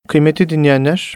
Kıymetli dinleyenler,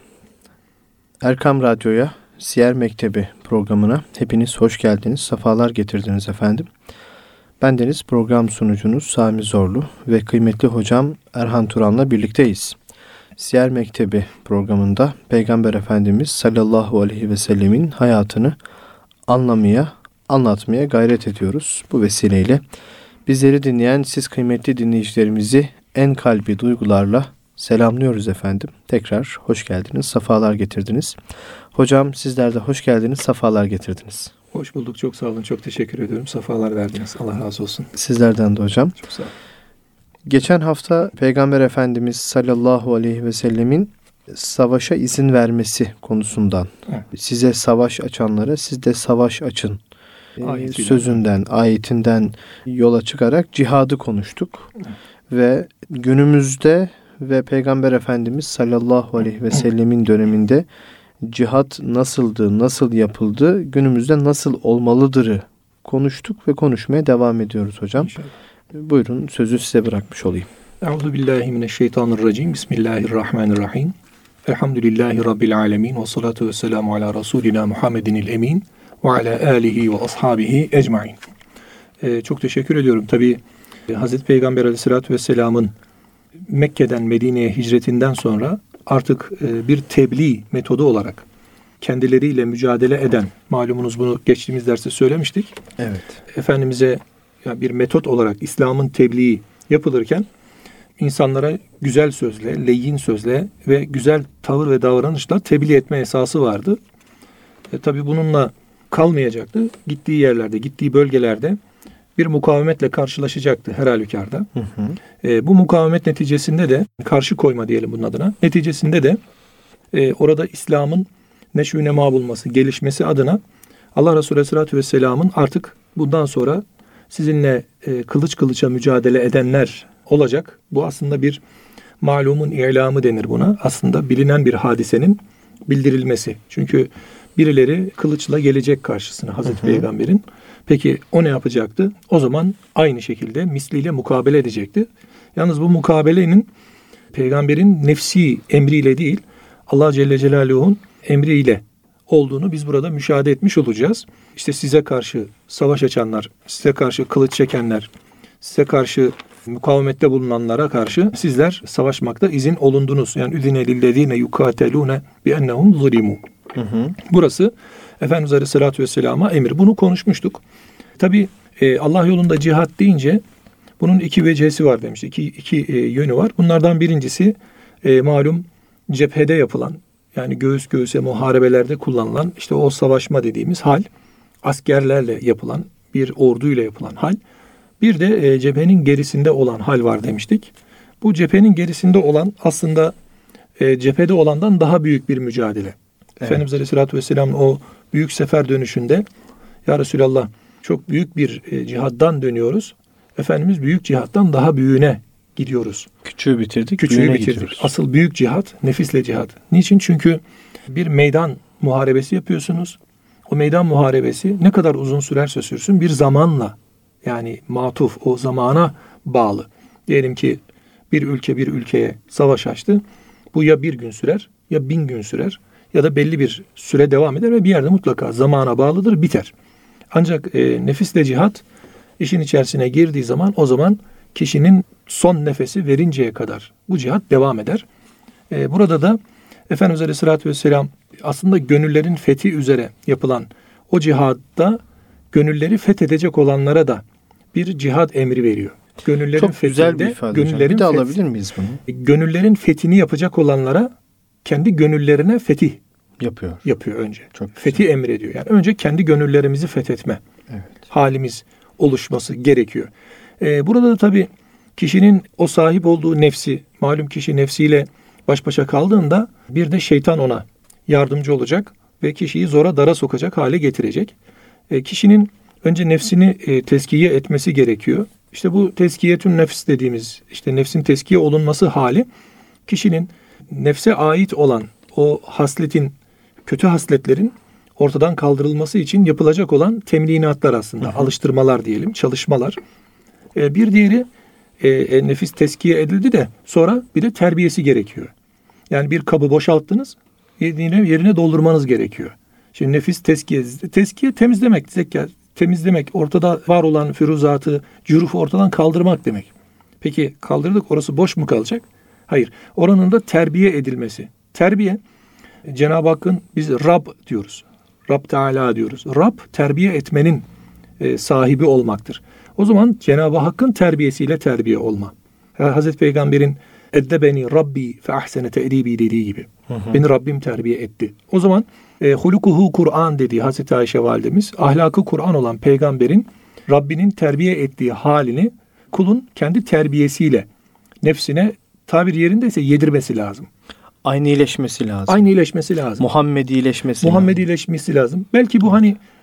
Erkam Radyo'ya, Siyer Mektebi programına hepiniz hoş geldiniz, sefalar getirdiniz efendim. Bendeniz program sunucunuz Sami Zorlu ve kıymetli hocam Erhan Turan'la birlikteyiz. Siyer Mektebi programında Peygamber Efendimiz sallallahu aleyhi ve sellemin hayatını anlamaya, anlatmaya gayret ediyoruz. Bu vesileyle bizleri dinleyen siz kıymetli dinleyicilerimizi en kalbi duygularla selamlıyoruz efendim. Tekrar hoş geldiniz, sefalar getirdiniz. Hocam sizler de hoş geldiniz, sefalar getirdiniz. Hoş bulduk, çok sağ olun, çok teşekkür ediyorum. Sefalar verdiniz, Allah razı olsun. Sizlerden de hocam. Çok sağ olun. Geçen hafta Peygamber Efendimiz sallallahu aleyhi ve sellemin savaşa izin vermesi konusundan, evet, size savaş açanlara siz de savaş açın sözünden, ayetinden yola çıkarak cihadı konuştuk. Evet. Ve günümüzde ve Peygamber Efendimiz sallallahu aleyhi ve sellemin döneminde cihat nasıldı, nasıl yapıldı, günümüzde nasıl olmalıdır'ı konuştuk ve konuşmaya devam ediyoruz hocam. İnşallah. Buyurun, sözü size bırakmış olayım. Euzubillahimineşşeytanirracim. Bismillahirrahmanirrahim. Elhamdülillahi Rabbil alemin. Ve salatu ve selamu ala Resulina Muhammedinil emin. Ve ala alihi ve ashabihi ecmain. Çok teşekkür ediyorum. Tabi Hazreti Peygamber Aleyhisselatü Vesselam'ın Mekke'den Medine'ye hicretinden sonra artık bir tebliğ metodu olarak kendileriyle mücadele eden, malumunuz bunu geçtiğimiz derste söylemiştik. Evet. Efendimiz'e bir metot olarak İslam'ın tebliği yapılırken insanlara güzel sözle, leyyin sözle ve güzel tavır ve davranışla tebliğ etme esası vardı. Tabii bununla kalmayacaktı. Gittiği yerlerde, gittiği bölgelerde bir mukavemetle karşılaşacaktı her halükarda. Bu mukavemet neticesinde de, karşı koyma diyelim bunun adına, neticesinde de orada İslam'ın neşvü nema bulması, gelişmesi adına Allah Resulü Aleyhisselatü Vesselam'ın artık bundan sonra sizinle kılıç kılıça mücadele edenler olacak. Bu aslında bir malumun ilamı denir buna. Aslında bilinen bir hadisenin bildirilmesi. Çünkü birileri kılıçla gelecek karşısına Hazreti Peygamber'in. Peki o ne yapacaktı? O zaman aynı şekilde misliyle mukabele edecekti. Yalnız bu mukabelenin Peygamber'in nefsi emriyle değil, Allah Celle Celaluhu'nun emriyle olduğunu biz burada müşahede etmiş olacağız. İşte size karşı savaş açanlar, size karşı kılıç çekenler, size karşı mukavemette bulunanlara karşı sizler savaşmakta izin olundunuz. Yani üzine lillezine yukatelune bi ennehum zulimu. Burası Efendimiz Aleyhisselatü Vesselam'a emir. Bunu konuşmuştuk. Tabi Allah yolunda cihat deyince bunun iki vecihesi var demiştik. İki yönü var. Bunlardan birincisi malum cephede yapılan, yani göğüs göğüse muharebelerde kullanılan işte o savaşma dediğimiz hal, askerlerle yapılan, bir orduyla yapılan hal. Bir de cephenin gerisinde olan hal var demiştik. Bu cephenin gerisinde olan aslında cephede olandan daha büyük bir mücadele. Evet. Efendimiz Aleyhisselatü Vesselam'ın o büyük sefer dönüşünde ya Resulallah çok büyük bir cihaddan dönüyoruz. Efendimiz büyük cihattan daha büyüğüne gidiyoruz. Küçüğü bitirdik, küçüğü bitirdik. Asıl büyük cihat, nefisle cihat. Niçin? Çünkü bir meydan muharebesi yapıyorsunuz. O meydan muharebesi ne kadar uzun sürerse sürsün bir zamanla, yani matuf, o zamana bağlı. Diyelim ki bir ülke bir ülkeye savaş açtı. Bu ya bir gün sürer, ya 1000 gün sürer, ya da belli bir süre devam eder ve bir yerde mutlaka zamana bağlıdır, biter. Ancak nefisle cihat işin içerisine girdiği zaman, o zaman kişinin son nefesi verinceye kadar bu cihat devam eder. Burada da Efendimiz Aleyhisselatü Vesselam aslında gönüllerin fethi üzere yapılan o cihadda gönülleri fethedecek olanlara da bir cihad emri veriyor. Gönüllerin çok güzel bir ifade hocam. Bir de alabilir miyiz bunu? Gönüllerin fethini yapacak olanlara kendi gönüllerine fetih yapıyor önce. Çok fetih emrediyor. Yani önce kendi gönüllerimizi fethetme halimiz oluşması gerekiyor. Burada da tabii kişinin o sahip olduğu nefsi, malum kişi nefsiyle baş başa kaldığında bir de şeytan ona yardımcı olacak ve kişiyi zora dara sokacak hale getirecek. Kişinin önce nefsini tezkiye etmesi gerekiyor. İşte bu tezkiyetün nefs dediğimiz, işte nefsin tezkiye olunması hali, kişinin nefse ait olan o hasletin, kötü hasletlerin ortadan kaldırılması için yapılacak olan temrinatlar aslında, alıştırmalar diyelim, çalışmalar. Bir diğeri nefis tezkiye edildi de sonra bir de terbiyesi gerekiyor. Yani bir kabı boşalttınız, yerine doldurmanız gerekiyor. Şimdi nefis tezkiye temizlemek, temizlemek, ortada var olan firuzatı, cürufu ortadan kaldırmak demek. Peki kaldırdık, orası boş mu kalacak? Hayır. Oranın da terbiye edilmesi. Terbiye, Cenab-ı Hakk'ın biz Rab diyoruz. Rab Teala diyoruz. Rab terbiye etmenin sahibi olmaktır. O zaman Cenab-ı Hakk'ın terbiyesiyle terbiye olma. Hazreti Peygamber'in eddebeni Rabbi fe ahsene te'dibi dediği gibi. Beni Rabbim terbiye etti. O zaman hulukuhu Kur'an dediği Hazreti Ayşe validemiz, ahlakı Kur'an olan peygamberin Rabbinin terbiye ettiği halini kulun kendi terbiyesiyle nefsine, tabir yerindeyse, yedirmesi lazım. Aynileşmesi lazım. Aynileşmesi lazım. Muhammedileşmesi lazım. Belki bu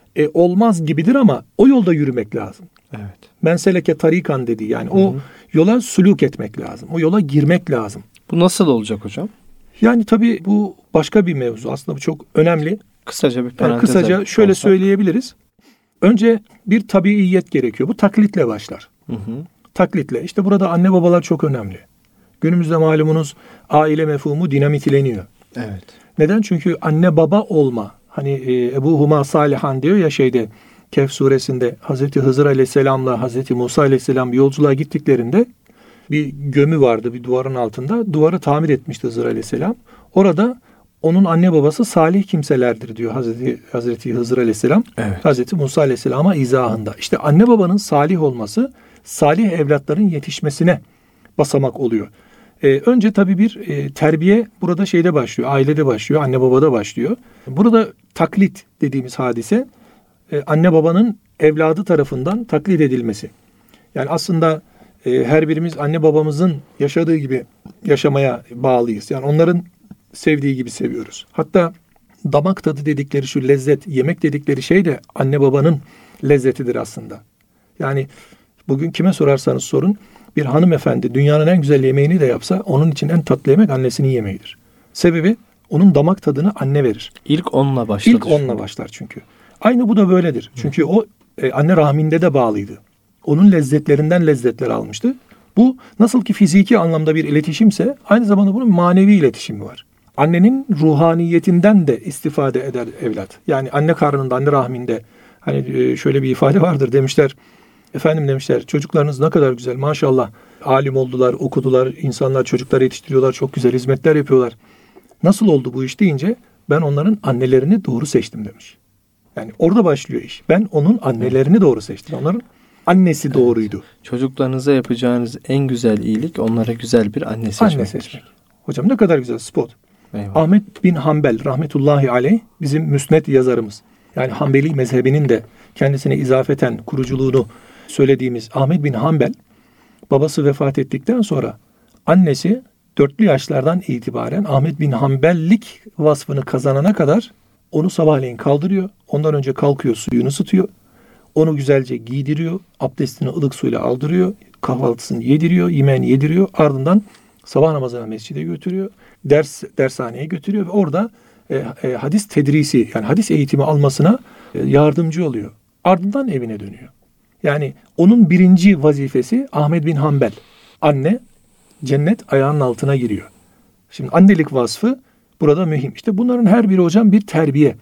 olmaz gibidir ama o yolda yürümek lazım. Evet. Men seleke tarikan dediği, yani o yola sülûk etmek lazım. O yola girmek lazım. Bu nasıl olacak hocam? Yani tabii bu başka bir mevzu. Aslında bu çok önemli. Kısaca bir parantez. Kısaca şöyle söyleyebiliriz. Önce bir tabiiyet gerekiyor. Bu taklitle başlar. Taklitle. İşte burada anne babalar çok önemli. Günümüzde malumunuz aile mefhumu dinamitleniyor. Evet. Neden? Çünkü anne baba olma. Hani Ebu Huma Salihan diyor ya Kehf suresinde, Hazreti Hızır Aleyhisselam'la Hazreti Musa Aleyhisselam bir yolculuğa gittiklerinde bir gömü vardı bir duvarın altında. Duvarı tamir etmişti Hızır Aleyhisselam. Orada onun anne babası salih kimselerdir diyor Hazreti Hızır Aleyhisselam. Evet. Hazreti Musa Aleyhisselam'a izahında. İşte anne babanın salih olması salih evlatların yetişmesine basamak oluyor. Önce tabii bir terbiye burada başlıyor. Ailede başlıyor, anne babada başlıyor. Burada taklit dediğimiz hadise anne babanın evladı tarafından taklit edilmesi. Yani aslında her birimiz anne babamızın yaşadığı gibi yaşamaya bağlıyız. Yani onların sevdiği gibi seviyoruz. Hatta damak tadı dedikleri şu lezzet, yemek dedikleri şey de anne babanın lezzetidir aslında. Yani bugün kime sorarsanız sorun, bir hanımefendi dünyanın en güzel yemeğini de yapsa onun için en tatlı yemek annesinin yemeğidir. Sebebi onun damak tadını anne verir. İlk onunla başlar. İlk onunla başlar çünkü. Aynı bu da böyledir. Çünkü o anne rahminde de bağlıydı. Onun lezzetlerinden lezzetler almıştı. Bu nasıl ki fiziki anlamda bir iletişimse aynı zamanda bunun manevi iletişimi var. Annenin ruhaniyetinden de istifade eder evlat. Yani anne karnında, anne rahminde hani şöyle bir ifade vardır demişler. Efendim demişler, çocuklarınız ne kadar güzel maşallah. Alim oldular, okudular, insanlar çocukları yetiştiriyorlar, çok güzel hizmetler yapıyorlar. Nasıl oldu bu iş deyince ben onların annelerini doğru seçtim demiş. Yani orada başlıyor iş. Ben onun annelerini doğru seçtim. Onların annesi doğruydu. Çocuklarınıza yapacağınız en güzel iyilik onlara güzel bir anne seçmek. Anne seçmek. Hocam ne kadar güzel spot. Eyvallah. Ahmet bin Hanbel rahmetullahi aleyh bizim müsned yazarımız. Yani Hanbeli mezhebinin de kendisine izafeten kuruculuğunu söylediğimiz Ahmet bin Hanbel, babası vefat ettikten sonra annesi 4'lü yaşlardan itibaren Ahmet bin Hanbellik vasfını kazanana kadar onu sabahleyin kaldırıyor. Ondan önce kalkıyor, suyunu ısıtıyor. Onu güzelce giydiriyor. Abdestini ılık suyla aldırıyor. Kahvaltısını yediriyor, yemeğini yediriyor. Ardından sabah namazına mescide götürüyor. Dershaneye götürüyor ve orada hadis tedrisi, yani hadis eğitimi almasına yardımcı oluyor. Ardından evine dönüyor. Yani onun birinci vazifesi Ahmet bin Hanbel. Anne, cennet ayağının altına giriyor. Şimdi annelik vasfı burada mühim. İşte bunların her biri hocam bir terbiye.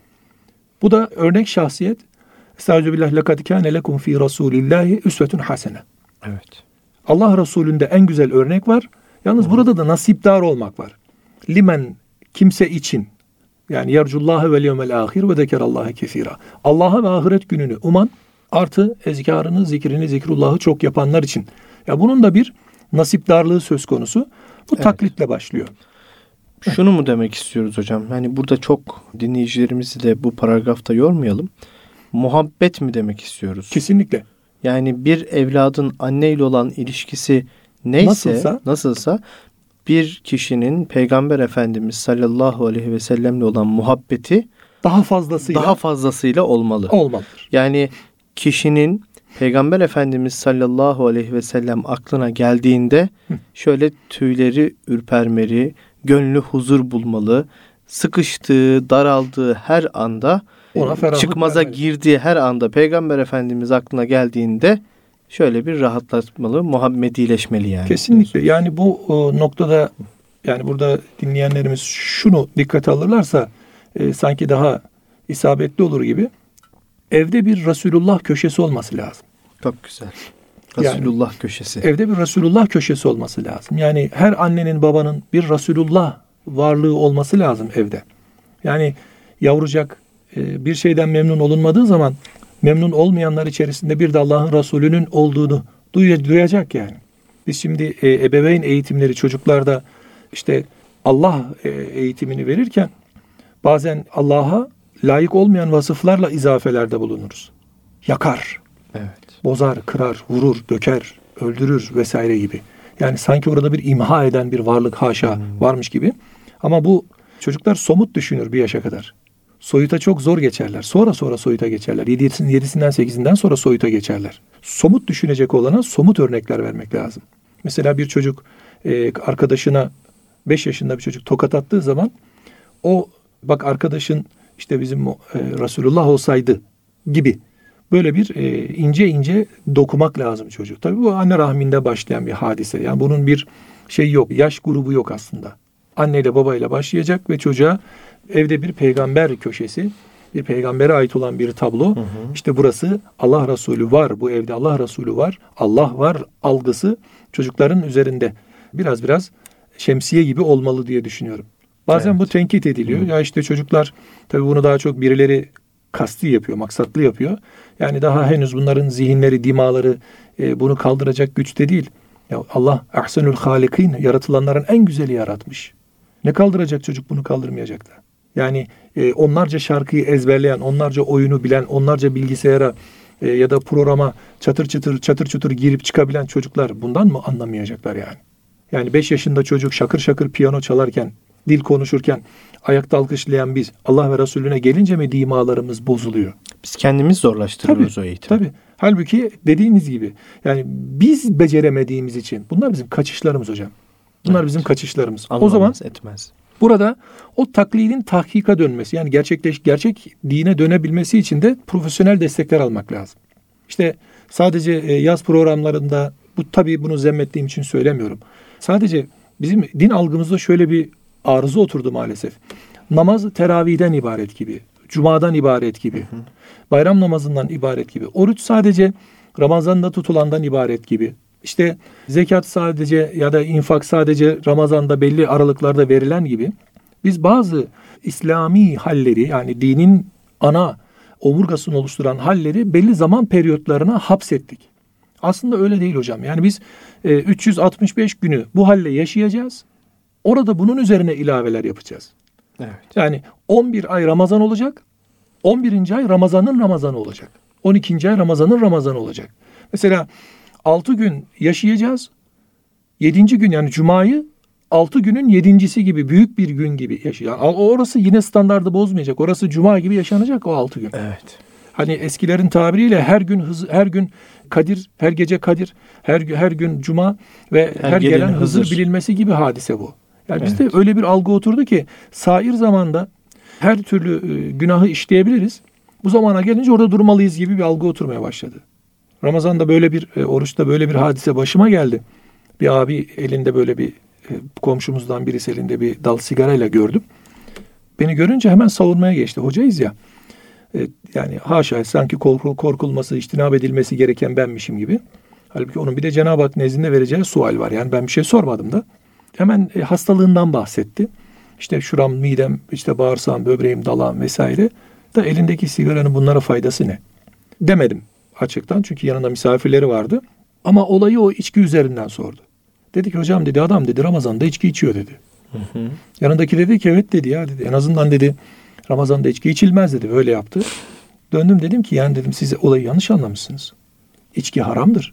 Bu da örnek şahsiyet. Estağfirullah, lekad kâne lekum fî rasûlillâhi üsvetun hasene. Evet. Allah Resulü'nde en güzel örnek var. Yalnız burada da nasipdar olmak var. Limen, kimse için. Yani yercullâhe vel yevmel âhir ve zekerallâhe kesîrâ. Allah'a ve ahiret gününü uman, artı ezkarını, zikrini, zikrullahı çok yapanlar için. Ya bunun da bir nasipdarlığı söz konusu. Bu taklitle başlıyor. Şunu mu demek istiyoruz hocam? Hani burada çok dinleyicilerimizi de bu paragrafta yormayalım. Muhabbet mi demek istiyoruz? Kesinlikle. Yani bir evladın anneyle olan ilişkisi neyse, nasılsa bir kişinin Peygamber Efendimiz sallallahu aleyhi ve sellemle olan muhabbeti daha fazlasıyla olmalıdır. Yani kişinin Peygamber Efendimiz sallallahu aleyhi ve sellem aklına geldiğinde şöyle tüyleri ürpermeli, gönlü huzur bulmalı, sıkıştığı, daraldığı her anda, çıkmaza girdiği her anda Peygamber Efendimiz aklına geldiğinde şöyle bir rahatlatmalı, Muhammedileşmeli yani. Kesinlikle. Yani bu noktada Yani burada dinleyenlerimiz şunu dikkate alırlarsa sanki daha isabetli olur gibi. Evde bir Resulullah köşesi olması lazım. Çok güzel. Resulullah köşesi. Evde bir Resulullah köşesi olması lazım. Yani her annenin babanın bir Resulullah varlığı olması lazım evde. Yani yavrucak bir şeyden memnun olunmadığı zaman memnun olmayanlar içerisinde bir de Allah'ın Resulü'nün olduğunu duyacak yani. Biz şimdi ebeveyn eğitimleri çocuklarda işte Allah eğitimini verirken bazen Allah'a layık olmayan vasıflarla izafelerde bulunuruz. Yakar, evet, bozar, kırar, vurur, döker, öldürür vesaire gibi. Yani sanki orada bir imha eden bir varlık haşa varmış gibi. Ama bu çocuklar somut düşünür bir yaşa kadar. Soyuta çok zor geçerler. Sonra soyuta geçerler. 7'sinden 8'inden sonra soyuta geçerler. Somut düşünecek olana somut örnekler vermek lazım. Mesela bir çocuk arkadaşına 5 yaşında bir çocuk tokat attığı zaman o bak arkadaşın işte bizim Resulullah olsaydı gibi böyle bir ince ince dokumak lazım çocuk. Tabii bu anne rahminde başlayan bir hadise. Yani bunun bir şey yok. Yaş grubu yok aslında. Anneyle babayla başlayacak ve çocuğa evde bir peygamber köşesi, bir peygambere ait olan bir tablo. İşte burası Allah Resulü var. Bu evde Allah Resulü var. Allah var algısı çocukların üzerinde biraz şemsiye gibi olmalı diye düşünüyorum. Bazen bu tenkit ediliyor. Ya işte çocuklar tabii bunu daha çok birileri kasti yapıyor, maksatlı yapıyor. Yani daha henüz bunların zihinleri, dimaları bunu kaldıracak güçte değil. Ya Allah ahsenül halikin, yaratılanların en güzeli yaratmış. Ne kaldıracak çocuk, bunu kaldırmayacak da. Yani onlarca şarkıyı ezberleyen, onlarca oyunu bilen, onlarca bilgisayara ya da programa çatır çutur girip çıkabilen çocuklar bundan mı anlamayacaklar yani? Yani 5 yaşında çocuk şakır şakır piyano çalarken, dil konuşurken ayakta alkışlayan biz Allah ve Resulüne gelince mi dimalarımız bozuluyor? Biz kendimiz zorlaştırıyoruz o eğitimi. Tabii. Halbuki dediğiniz gibi yani biz beceremediğimiz için bunlar bizim kaçışlarımız hocam. Bunlar bizim kaçışlarımız. Anlamaz, o zaman etmez. Burada o taklidin tahkika dönmesi yani gerçek dine dönebilmesi için de profesyonel destekler almak lazım. İşte sadece yaz programlarında tabii bunu zemmettiğim için söylemiyorum. Sadece bizim din algımızda şöyle bir arıza oturdu maalesef. Namaz teravihden ibaret gibi, cumadan ibaret gibi, bayram namazından ibaret gibi, oruç sadece Ramazan'da tutulandan ibaret gibi. İşte zekat sadece ya da infak sadece Ramazan'da belli aralıklarda verilen gibi biz bazı İslami halleri yani dinin ana omurgasını oluşturan halleri belli zaman periyotlarına hapsettik. Aslında öyle değil hocam. Yani biz 365 günü bu halle yaşayacağız. Orada bunun üzerine ilaveler yapacağız. Evet. Yani 11 ay Ramazan olacak. 11. ay Ramazan'ın Ramazanı olacak. 12. ay Ramazan'ın Ramazanı olacak. Mesela 6 gün yaşayacağız. 7. gün yani Cuma'yı 6 günün 7.'si gibi büyük bir gün gibi yaşayacağız. Orası yine standardı bozmayacak. Orası Cuma gibi yaşanacak o 6 gün. Evet. Hani eskilerin tabiriyle her gün Kadir, her gece Kadir, her gün Cuma ve her gelen Hızır bilinmesi gibi hadise bu. Yani bizde öyle bir algı oturdu ki sair zamanda her türlü günahı işleyebiliriz. Bu zamana gelince orada durmalıyız gibi bir algı oturmaya başladı. Ramazan'da böyle bir oruçta böyle bir hadise başıma geldi. Bir abi elinde böyle bir komşumuzdan birisi elinde bir dal sigarayla gördüm. Beni görünce hemen savunmaya geçti. Hocayız ya. Yani haşa sanki korkulması, içtinab edilmesi gereken benmişim gibi. Halbuki onun bir de Cenab-ı Hak nezdinde vereceği sual var. Yani ben bir şey sormadım da. Hemen hastalığından bahsetti. İşte şuram, midem, işte bağırsağım, böbreğim, dalağım vesaire. Da elindeki sigaranın bunlara faydası ne? Demedim açıktan çünkü yanında misafirleri vardı. Ama olayı o içki üzerinden sordu. Dedi ki hocam dedi adam dedi Ramazan'da içki içiyor dedi. Yanındaki dedi ki evet dedi ya dedi. En azından dedi Ramazan'da içki içilmez dedi. Böyle yaptı. Döndüm dedim ki yani dedim siz olayı yanlış anlamışsınız. İçki haramdır.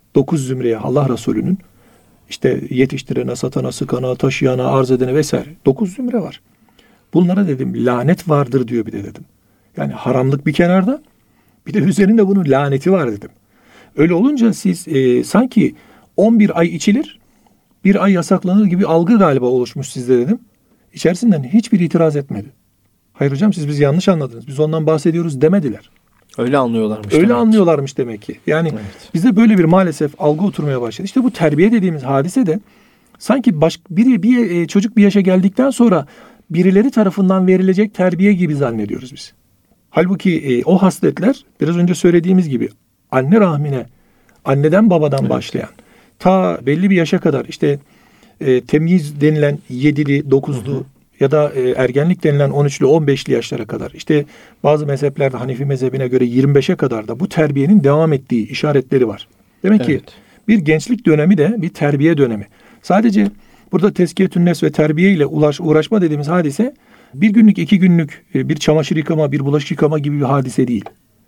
9 zümreye Allah Resulü'nün işte yetiştirene, satana, sıkana, taşıyana, arz edene vesaire 9 zümre var. Bunlara dedim lanet vardır diyor bir de dedim. Yani haramlık bir kenarda bir de üzerinde bunun laneti var dedim. Öyle olunca siz sanki 11 ay içilir, bir ay yasaklanır gibi algı galiba oluşmuş sizde dedim. İçerisinden hiçbir itiraz etmedi. Hayır hocam siz bizi yanlış anladınız. Biz ondan bahsediyoruz demediler. Öyle anlıyorlarmış. Öyle anlıyorlarmış demek ki. Yani bizde böyle bir maalesef algı oturmaya başladı. İşte bu terbiye dediğimiz hadise de Sanki çocuk bir yaşa geldikten sonra birileri tarafından verilecek terbiye gibi zannediyoruz biz. Halbuki o hasletler biraz önce söylediğimiz gibi anne rahmine, anneden babadan başlayan ta belli bir yaşa kadar işte temyiz denilen 7'li, 9'lu ya da ergenlik denilen 13'lü, 15'li yaşlara kadar işte bazı mezheplerde Hanefi mezhebine göre 25'e kadar da bu terbiyenin devam ettiği işaretleri var. Demek ki bir gençlik dönemi de bir terbiye dönemi. Sadece burada tezkiyetün nefs ve terbiye ile uğraşma dediğimiz hadise bir günlük, 2 günlük bir çamaşır yıkama, bir bulaşık yıkama gibi bir hadise değil.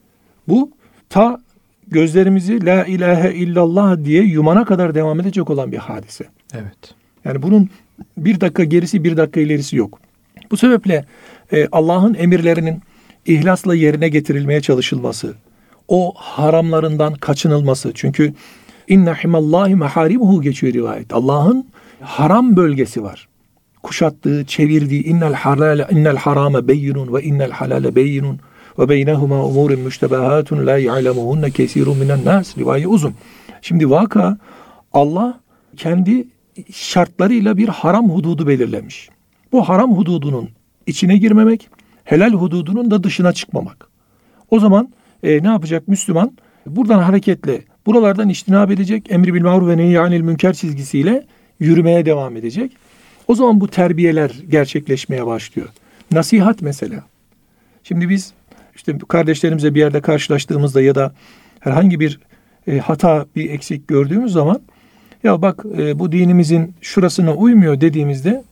Bu ta gözlerimizi la ilahe illallah diye yumana kadar devam edecek olan bir hadise. Evet. Yani bunun bir dakika gerisi, bir dakika ilerisi yok. Bu sebeple Allah'ın emirlerinin ihlasla yerine getirilmeye çalışılması, o haramlarından kaçınılması. Çünkü inne himallahi maharimuhu geçiyor rivayet. Allah'ın haram bölgesi var. Kuşattığı, çevirdiği innel harame beyinun ve innel halale beyinun ve beynehuma umurun müştebahatun la ya'lemuhunne kesirun minen nas. Rivayet uzun. Şimdi vaka Allah kendi şartlarıyla bir haram hududu belirlemiş. Bu haram hududunun içine girmemek, helal hududunun da dışına çıkmamak. O zaman ne yapacak Müslüman? Buradan hareketle buralardan içtinab edecek, emri bil maruf ve nehy anil münker çizgisiyle yürümeye devam edecek. O zaman bu terbiyeler gerçekleşmeye başlıyor. Nasihat mesela. Şimdi biz işte kardeşlerimize bir yerde karşılaştığımızda ya da herhangi bir hata, bir eksik gördüğümüz zaman ya bak bu dinimizin şurasına uymuyor dediğimizde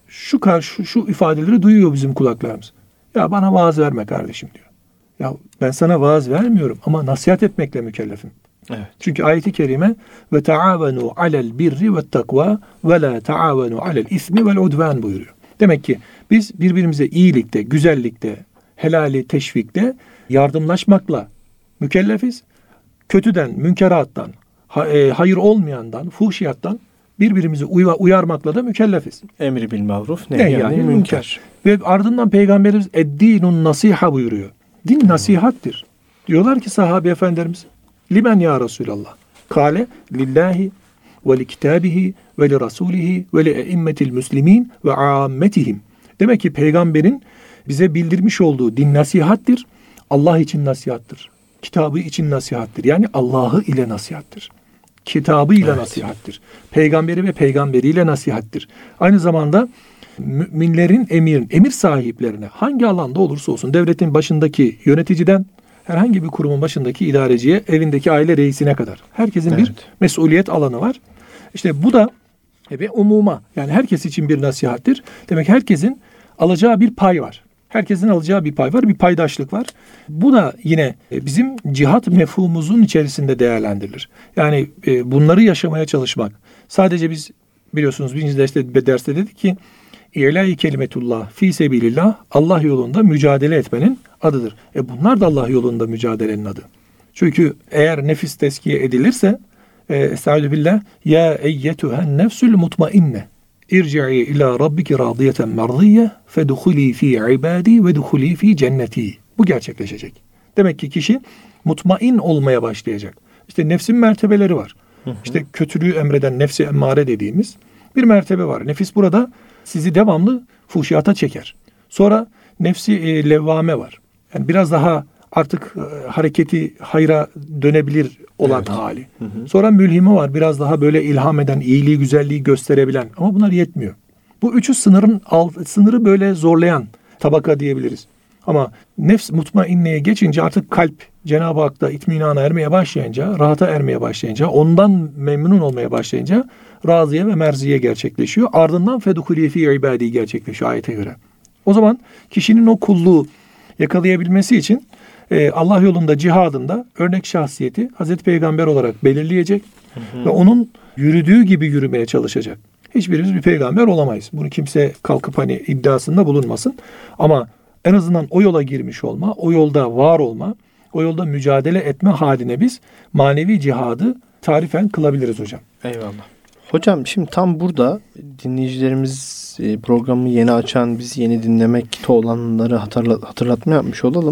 şu ifadeleri duyuyor bizim kulaklarımız. Ya bana vaaz verme kardeşim diyor. Ya ben sana vaaz vermiyorum ama nasihat etmekle mükellefim. Evet. Çünkü ayet-i kerime ve taavenu alel birri ve takva ve la taavenu alel ismi vel udvan buyuruyor. Demek ki biz birbirimize iyilikte, güzellikte, helali teşvikte yardımlaşmakla mükellefiz. Kötüden, münkerattan, hayır olmayandan, fuhşiyattan birbirimizi uyarmakla da mükellefiz. Emri bil maruf, nehy anil münker. Ve ardından Peygamberimiz eddinun nasiha buyuruyor. Din nasihattir. Diyorlar ki sahabe efendilerimiz limen ya Resulallah? Kale lillahi ve li kitabihi ve li rasulihi ve li eimmetil müslimin ve ammetihim. Demek ki peygamberin bize bildirmiş olduğu din nasihattir. Allah için nasihattır. Kitabı için nasihattır. Yani Allah'ı ile nasihattır. Kitabıyla nasihattır. Peygamberi ve peygamberiyle nasihattır. Aynı zamanda müminlerin emir sahiplerine hangi alanda olursa olsun devletin başındaki yöneticiden herhangi bir kurumun başındaki idareciye, evindeki aile reisine kadar herkesin bir mesuliyet alanı var. İşte bu da bir umuma, yani herkes için bir nasihattir. Demek herkesin alacağı bir pay var. Herkesin alacağı bir pay var, bir paydaşlık var. Bu da yine bizim cihat mefhumumuzun içerisinde değerlendirilir. Yani bunları yaşamaya çalışmak. Sadece biz biliyorsunuz birinci derste dedik ki İ'lâ-i kelimetullah fî sebilillah, Allah yolunda mücadele etmenin adıdır. Bunlar da Allah yolunda mücadelenin adı. Çünkü eğer nefis teskiye edilirse estaizu billah ya eyyetuhen nefsül mutmainne irci'i ila rabbiki radiyeten merdiyye feduhuli fi ibadi ve duhuli fi cenneti. Bu gerçekleşecek. Demek ki kişi mutmain olmaya başlayacak. İşte nefsin mertebeleri var. İşte kötülüğü emreden nefsi emmare dediğimiz bir mertebe var. Nefis burada sizi devamlı fuhşiyata çeker. Sonra nefsi levvame var. Yani biraz daha artık hareketi hayra dönebilir olan hali. Sonra mülhime var. Biraz daha böyle ilham eden, iyiliği, güzelliği gösterebilen. Ama bunlar yetmiyor. Bu üçü sınırı böyle zorlayan tabaka diyebiliriz. Ama nefs mutmainneye geçince artık kalp Cenab-ı Hak'ta itminana ermeye başlayınca, rahata ermeye başlayınca, ondan memnun olmaya başlayınca raziye ve merziye gerçekleşiyor. Ardından feduhuli fi ibadi gerçekleşiyor ayete göre. O zaman kişinin o kulluğu yakalayabilmesi için Allah yolunda cihadında örnek şahsiyeti Hazreti Peygamber olarak belirleyecek ve onun yürüdüğü gibi yürümeye çalışacak. Hiçbirimiz bir peygamber olamayız. Bunu kimse kalkıp hani iddiasında bulunmasın. Ama en azından o yola girmiş olma, o yolda var olma, o yolda mücadele etme haline biz manevi cihadı tarifen kılabiliriz hocam. Eyvallah. Hocam şimdi tam burada dinleyicilerimiz programı yeni açan, bizi yeni dinlemekte olanları hatırlatma yapmış olalım.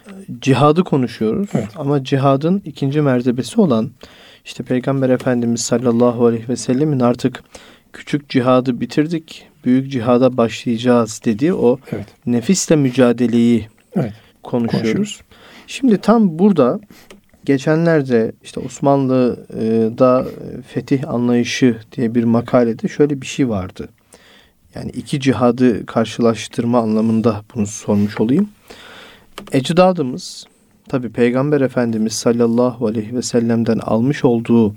Cihadı konuşuyoruz ama cihadın ikinci mertebesi olan işte Peygamber Efendimiz sallallahu aleyhi ve sellemin artık küçük cihadı bitirdik, büyük cihada başlayacağız dediği o nefisle mücadeleyi konuşuyoruz. Şimdi tam burada geçenlerde işte Osmanlı'da fetih anlayışı diye bir makalede şöyle bir şey vardı. Yani iki cihadı karşılaştırma anlamında bunu sormuş olayım. Ecdadımız tabi Peygamber Efendimiz sallallahu aleyhi ve sellem'den almış olduğu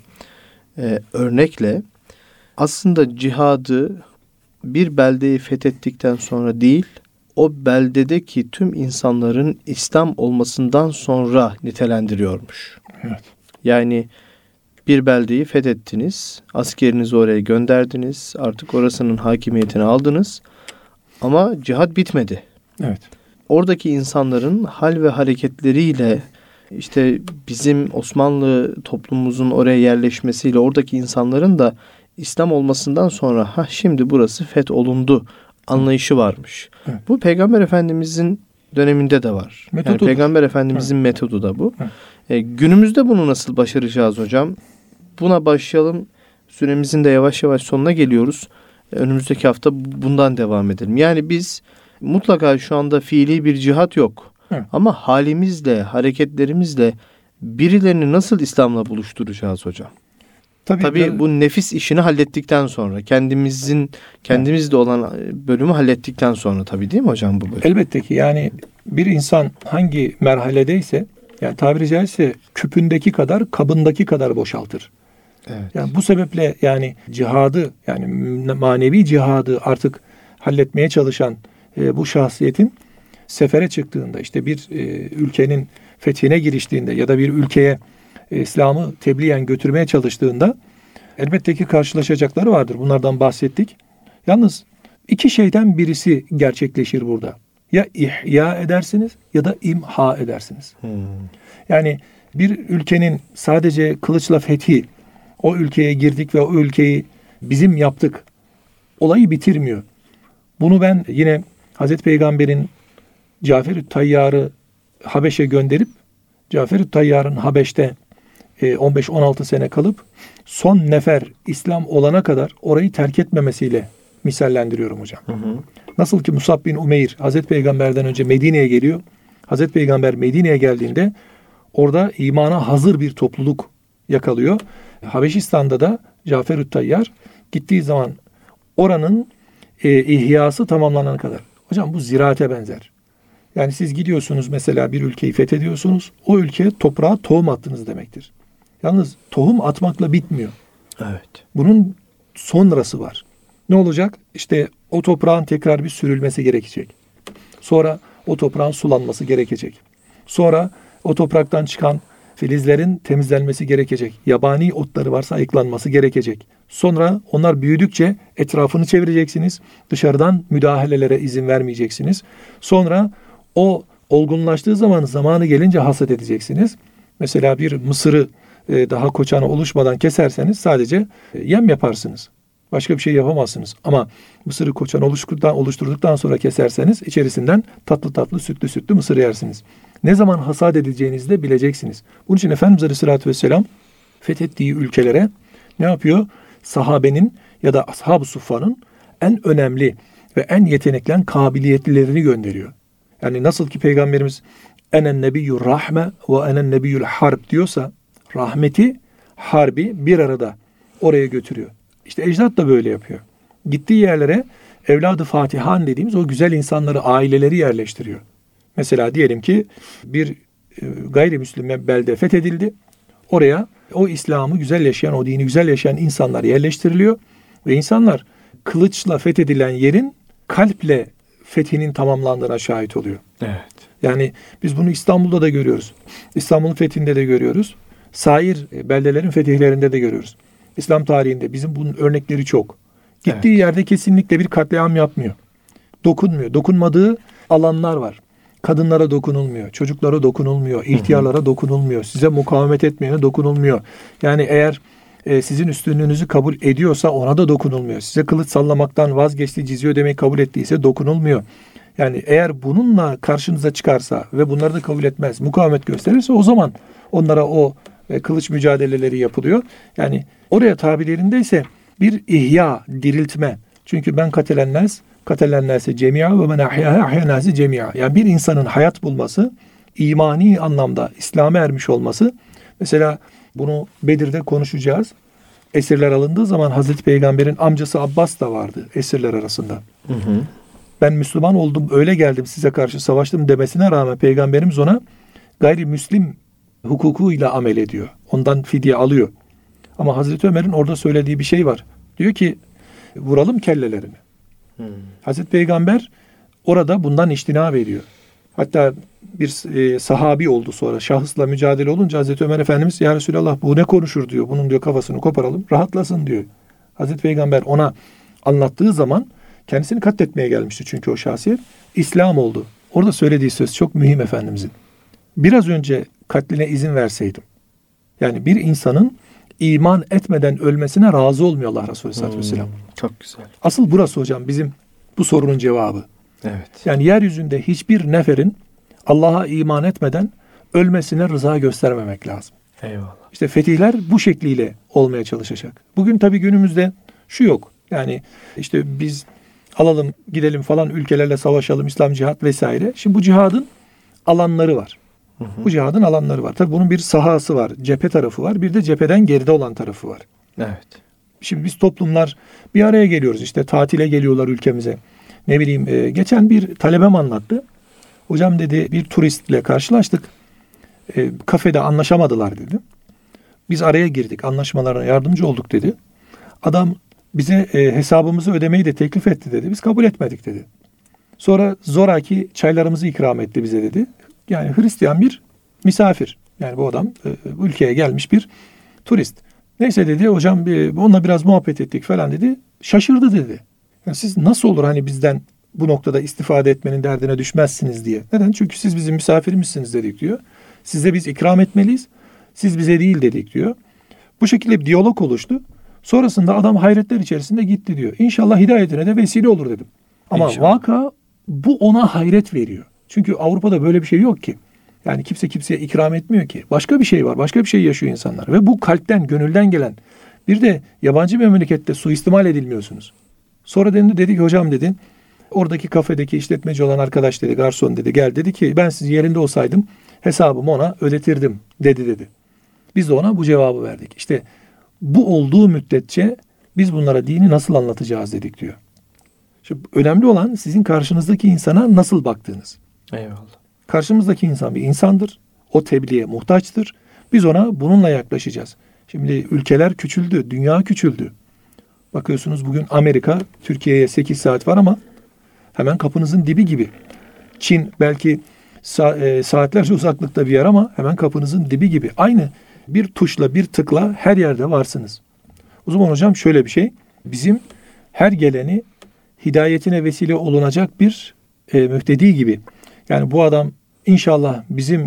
örnekle aslında cihadı bir beldeyi fethettikten sonra değil, o beldedeki tüm insanların İslam olmasından sonra nitelendiriyormuş. Evet. Yani bir beldeyi fethettiniz, askerinizi oraya gönderdiniz, artık orasının hakimiyetini aldınız ama cihat bitmedi. Evet. Oradaki insanların hal ve hareketleriyle işte bizim Osmanlı toplumumuzun oraya yerleşmesiyle oradaki insanların da İslam olmasından sonra şimdi burası fetholundu anlayışı varmış. Evet. Bu Peygamber Efendimizin döneminde de var. Yani Peygamber Efendimizin metodu da bu. Günümüzde bunu nasıl başaracağız hocam? Buna başlayalım. Süremizin de yavaş yavaş sonuna geliyoruz. Önümüzdeki hafta bundan devam edelim. Yani biz mutlaka şu anda fiili bir cihat yok. Evet. Ama halimizle, hareketlerimizle birilerini nasıl İslam'la buluşturacağız hocam? Tabii bu nefis işini hallettikten sonra, kendimizde olan bölümü hallettikten sonra tabii değil mi hocam bu bölüm? Elbette ki yani bir insan hangi merhaledeyse yani tabiri caizse küpündeki kadar kabındaki kadar boşaltır. Evet. Yani bu sebeple yani cihadı yani manevi cihadı artık halletmeye çalışan bu şahsiyetin sefere çıktığında işte bir ülkenin fethine giriştiğinde ya da bir ülkeye İslam'ı tebliğen götürmeye çalıştığında elbette ki karşılaşacakları vardır. Bunlardan bahsettik. Yalnız iki şeyden birisi gerçekleşir burada. Ya ihya edersiniz ya da imha edersiniz. Yani bir ülkenin sadece kılıçla fethi, o ülkeye girdik ve o ülkeyi bizim yaptık olayı bitirmiyor. Bunu ben yine Hazreti Peygamber'in Cafer-ü Tayyar'ı Habeş'e gönderip Cafer-ü Tayyar'ın Habeş'te 15-16 sene kalıp son nefer İslam olana kadar orayı terk etmemesiyle misallendiriyorum hocam. Nasıl ki Musab bin Umeyr Hazreti Peygamber'den önce Medine'ye geliyor. Hazreti Peygamber Medine'ye geldiğinde orada imana hazır bir topluluk yakalıyor. Habeşistan'da da Cafer-ü Tayyar gittiği zaman oranın ihyası tamamlanana kadar. Hocam bu ziraate benzer. Yani siz gidiyorsunuz mesela bir ülkeyi fethediyorsunuz. O ülkeye toprağa tohum attınız demektir. Yalnız tohum atmakla bitmiyor. Evet. Bunun sonrası var. Ne olacak? İşte o toprağın tekrar bir sürülmesi gerekecek. Sonra o toprağın sulanması gerekecek. Sonra o topraktan çıkan filizlerin temizlenmesi gerekecek. Yabani otları varsa ayıklanması gerekecek. Sonra onlar büyüdükçe etrafını çevireceksiniz. Dışarıdan müdahalelere izin vermeyeceksiniz. Sonra o olgunlaştığı zaman zamanı gelince hasat edeceksiniz. Mesela bir mısırı daha koçanı oluşmadan keserseniz sadece yem yaparsınız. Başka bir şey yapamazsınız. Ama mısırı koçan oluşturduktan sonra keserseniz içerisinden tatlı tatlı sütlü mısır yersiniz. Ne zaman hasat edeceğinizi de bileceksiniz. Bunun için Efendimiz Aleyhisselatü Vesselam fethettiği ülkelere ne yapıyor? Sahabenin ya da ashab-ı suffanın en önemli ve en yetenekli kabiliyetlilerini gönderiyor. Yani nasıl ki Peygamberimiz enen nebiyyur rahme ve enen nebiyyul harb diyorsa rahmeti, harbi bir arada oraya götürüyor. İşte ecdat da böyle yapıyor. Gittiği yerlere evladı Fatihan dediğimiz o güzel insanları, aileleri yerleştiriyor. Mesela diyelim ki bir gayrimüslim belde fethedildi. Oraya o İslam'ı güzel yaşayan, o dini güzel yaşayan insanlar yerleştiriliyor. Ve insanlar kılıçla fethedilen yerin kalple fethinin tamamlandığına şahit oluyor. Evet. Yani biz bunu İstanbul'da da görüyoruz. İstanbul'un fethinde de görüyoruz. Sair beldelerin fetihlerinde de görüyoruz. İslam tarihinde bizim bunun örnekleri çok. Gittiği yerde kesinlikle bir katliam yapmıyor. Dokunmuyor. Dokunmadığı alanlar var. Kadınlara dokunulmuyor, çocuklara dokunulmuyor, ihtiyarlara dokunulmuyor, size mukavemet etmeyene dokunulmuyor. Yani eğer sizin üstünlüğünüzü kabul ediyorsa ona da dokunulmuyor. Size kılıç sallamaktan vazgeçti, cizye ödemeyi kabul ettiyse dokunulmuyor. Yani eğer bununla karşınıza çıkarsa ve bunları da kabul etmez, mukavemet gösterirse o zaman onlara o kılıç mücadeleleri yapılıyor. Yani oraya tabirlerindeyse bir ihya, diriltme. Çünkü ben katelennâse cemî'a ve men ahyâhâ ahyanâse cemî'a. Yani bir insanın hayat bulması, imani anlamda İslam'a ermiş olması. Mesela bunu Bedir'de konuşacağız. Esirler alındığı zaman Hazreti Peygamber'in amcası Abbas da vardı esirler arasında. Hı hı. Ben Müslüman oldum, öyle geldim size karşı savaştım demesine rağmen Peygamberimiz ona gayrimüslim hukukuyla amel ediyor. Ondan fidye alıyor. Ama Hazreti Ömer'in orada söylediği bir şey var. Diyor ki vuralım kellelerini. Hazreti Peygamber orada bundan içtinab ediyor. Hatta bir sahabi oldu sonra. Şahısla mücadele olunca Hazreti Ömer Efendimiz ya Resulallah bu ne konuşur diyor. Bunun diyor kafasını koparalım rahatlasın diyor. Hazreti Peygamber ona anlattığı zaman kendisini katletmeye gelmişti çünkü o şahsiyet. İslam oldu. Orada söylediği söz çok mühim Efendimizin. Biraz önce katline izin verseydim. Yani bir insanın iman etmeden ölmesine razı olmuyor Allah Resulü sallallahu aleyhi ve sellem. Çok güzel. Asıl burası hocam bizim bu sorunun cevabı. Evet. Yani yeryüzünde hiçbir neferin Allah'a iman etmeden ölmesine rıza göstermemek lazım. Eyvallah. İşte fetihler bu şekliyle olmaya çalışacak. Bugün tabii günümüzde şu yok. Yani işte biz alalım gidelim falan ülkelerle savaşalım İslam cihat vesaire. Şimdi bu cihadın alanları var. Hı hı. Bu cihadın alanları var. Tabii bunun bir sahası var. Cephe tarafı var. Bir de cepheden geride olan tarafı var. Evet. Şimdi biz toplumlar bir araya geliyoruz. İşte tatile geliyorlar ülkemize. Ne bileyim geçen bir talebem anlattı. Hocam dedi bir turistle karşılaştık. Kafede anlaşamadılar dedi. Biz araya girdik. Anlaşmalarına yardımcı olduk dedi. Adam bize hesabımızı ödemeyi de teklif etti dedi. Biz kabul etmedik dedi. Sonra zoraki çaylarımızı ikram etti bize dedi. Yani Hristiyan bir misafir. Yani bu adam bu ülkeye gelmiş bir turist. Neyse dedi hocam onunla biraz muhabbet ettik falan dedi. Şaşırdı dedi. Yani siz nasıl olur hani bizden bu noktada istifade etmenin derdine düşmezsiniz diye. Neden? Çünkü siz bizim misafirimizsiniz dedik diyor. Size biz ikram etmeliyiz. Siz bize değil dedik diyor. Bu şekilde bir diyalog oluştu. Sonrasında adam hayretler içerisinde gitti diyor. İnşallah hidayetine de vesile olur dedim. Ama İnşallah. vaka bu ona hayret veriyor. Çünkü Avrupa'da böyle bir şey yok ki. Yani kimse kimseye ikram etmiyor ki. Başka bir şey var. Başka bir şey yaşıyor insanlar. Ve bu kalpten, gönülden gelen. Bir de yabancı memlekette suistimal edilmiyorsunuz. Sonra dedi ki hocam dedi. Oradaki kafedeki işletmeci olan arkadaş dedi, garson dedi, gel dedi ki ben sizin yerinde olsaydım hesabımı ona ödetirdim dedi. Biz de ona bu cevabı verdik. İşte bu olduğu müddetçe biz bunlara dini nasıl anlatacağız dedik diyor. Şimdi önemli olan sizin karşınızdaki insana nasıl baktığınız. Eyvallah. Karşımızdaki insan bir insandır. O tebliğe muhtaçtır. Biz ona bununla yaklaşacağız. Şimdi ülkeler küçüldü, dünya küçüldü. Bakıyorsunuz bugün Amerika, Türkiye'ye 8 saat var ama hemen kapınızın dibi gibi. Çin belki saatlerce uzaklıkta bir yer ama hemen kapınızın dibi gibi. Aynı bir tuşla, bir tıkla her yerde varsınız. O zaman hocam şöyle bir şey. Bizim her geleni hidayetine vesile olunacak bir mühtedi gibi. Yani bu adam inşallah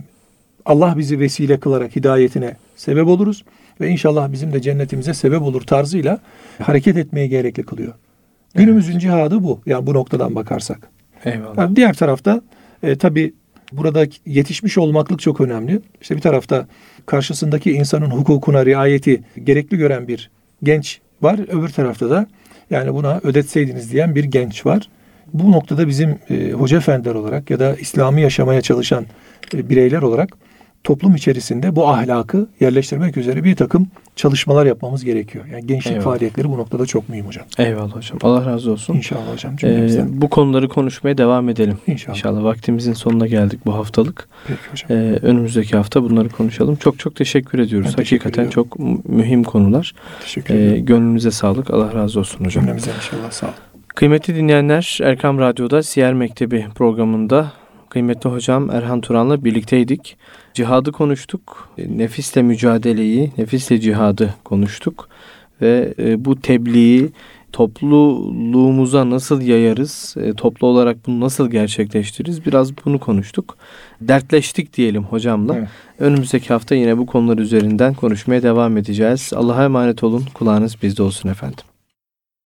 Allah bizi vesile kılarak hidayetine sebep oluruz. Ve inşallah bizim de cennetimize sebep olur tarzıyla hareket etmeyi gerekli kılıyor. Günümüzün cihadı bu. Yani bu noktadan bakarsak. Eyvallah. Yani diğer tarafta tabii burada yetişmiş olmaklık çok önemli. İşte bir tarafta karşısındaki insanın hukukuna riayeti gerekli gören bir genç var. Öbür tarafta da yani buna ödetseydiniz diyen bir genç var. Bu noktada bizim hoca efendiler olarak ya da İslam'ı yaşamaya çalışan bireyler olarak toplum içerisinde bu ahlakı yerleştirmek üzere bir takım çalışmalar yapmamız gerekiyor. Yani gençlik Eyvallah. faaliyetleri bu noktada çok mühim hocam. Eyvallah hocam. Allah razı olsun. İnşallah hocam. Cümlemizden. Bu konuları konuşmaya devam edelim. İnşallah. İnşallah vaktimizin sonuna geldik bu haftalık. Peki hocam. Önümüzdeki hafta bunları konuşalım. Çok çok teşekkür ediyoruz. Ben teşekkür Hakikaten ediyorum. çok mühim konular. Teşekkür ederim. Gönlünüze sağlık. Allah razı olsun hocam. Cümlemizden inşallah sağ olun. Kıymetli dinleyenler, Erkam Radyo'da Siyer Mektebi programında kıymetli hocam Erhan Turan'la birlikteydik. Cihadı konuştuk. Nefisle mücadeleyi, nefisle cihadı konuştuk. Ve bu tebliği topluluğumuza nasıl yayarız, toplu olarak bunu nasıl gerçekleştiririz, biraz bunu konuştuk. Dertleştik diyelim hocamla. Evet. Önümüzdeki hafta yine bu konular üzerinden konuşmaya devam edeceğiz. Allah'a emanet olun, kulağınız bizde olsun efendim.